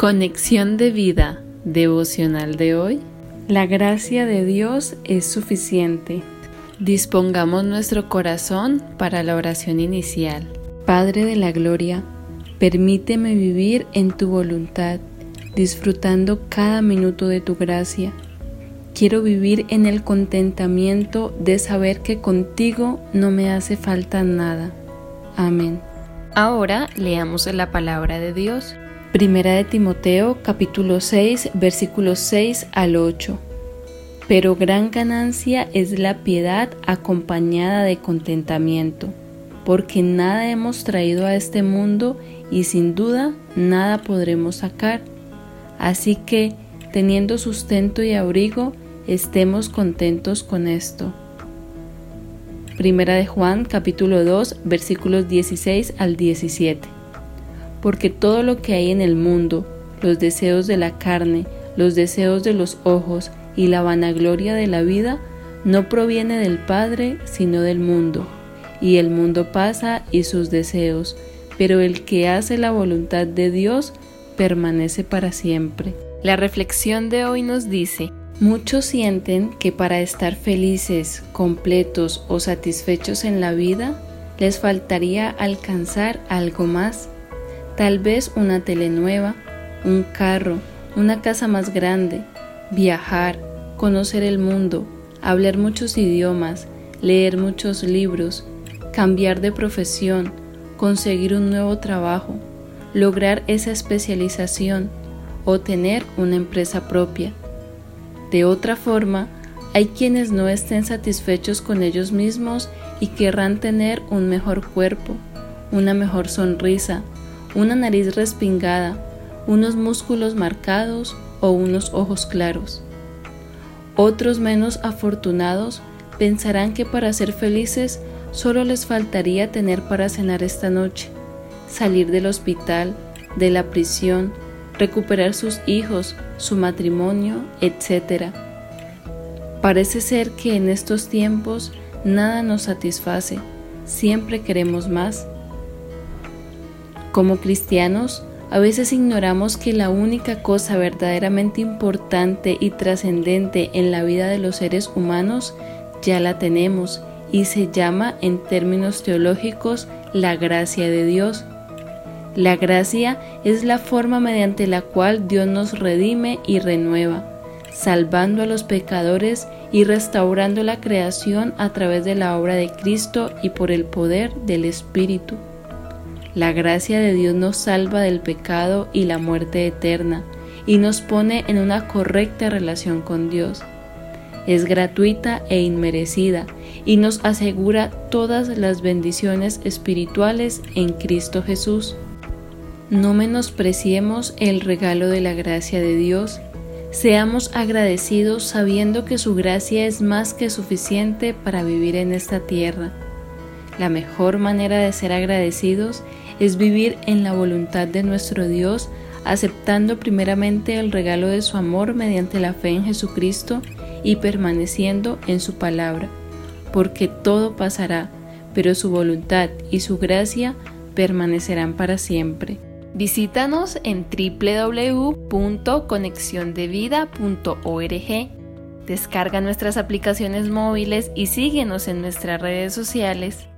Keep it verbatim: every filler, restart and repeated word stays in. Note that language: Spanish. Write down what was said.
Conexión de vida devocional de hoy. La gracia de Dios es suficiente. Dispongamos nuestro corazón para la oración inicial. Padre de la gloria, permíteme vivir en tu voluntad, disfrutando cada minuto de tu gracia. Quiero vivir en el contentamiento de saber que contigo no me hace falta nada. Amén. Ahora leamos la palabra de Dios. Primera de Timoteo, capítulo seis, versículos seis al ocho. Pero gran ganancia es la piedad acompañada de contentamiento, porque nada hemos traído a este mundo y sin duda nada podremos sacar. Así que, teniendo sustento y abrigo, estemos contentos con esto. Primera de Juan, capítulo dos, versículos dieciséis al diecisiete. Porque todo lo que hay en el mundo, los deseos de la carne, los deseos de los ojos y la vanagloria de la vida, no proviene del Padre, sino del mundo. Y el mundo pasa y sus deseos, pero el que hace la voluntad de Dios permanece para siempre. La reflexión de hoy nos dice: muchos sienten que para estar felices, completos o satisfechos en la vida, les faltaría alcanzar algo más. Tal vez una tele nueva, un carro, una casa más grande, viajar, conocer el mundo, hablar muchos idiomas, leer muchos libros, cambiar de profesión, conseguir un nuevo trabajo, lograr esa especialización o tener una empresa propia. De otra forma, hay quienes no estén satisfechos con ellos mismos y querrán tener un mejor cuerpo, una mejor sonrisa, una nariz respingada, unos músculos marcados o unos ojos claros. Otros menos afortunados pensarán que para ser felices solo les faltaría tener para cenar esta noche, salir del hospital, de la prisión, recuperar sus hijos, su matrimonio, etcétera. Parece ser que en estos tiempos nada nos satisface, siempre queremos más. Como cristianos, a veces ignoramos que la única cosa verdaderamente importante y trascendente en la vida de los seres humanos ya la tenemos y se llama en términos teológicos la gracia de Dios. La gracia es la forma mediante la cual Dios nos redime y renueva, salvando a los pecadores y restaurando la creación a través de la obra de Cristo y por el poder del Espíritu. La gracia de Dios nos salva del pecado y la muerte eterna y nos pone en una correcta relación con Dios. Es gratuita e inmerecida y nos asegura todas las bendiciones espirituales en Cristo Jesús. No menospreciemos el regalo de la gracia de Dios. Seamos agradecidos sabiendo que su gracia es más que suficiente para vivir en esta tierra. La mejor manera de ser agradecidos es vivir en la voluntad de nuestro Dios, aceptando primeramente el regalo de su amor mediante la fe en Jesucristo y permaneciendo en su palabra, porque todo pasará, pero su voluntad y su gracia permanecerán para siempre. Visítanos en doble u doble u doble u punto conexión de vida punto org. Descarga nuestras aplicaciones móviles y síguenos en nuestras redes sociales.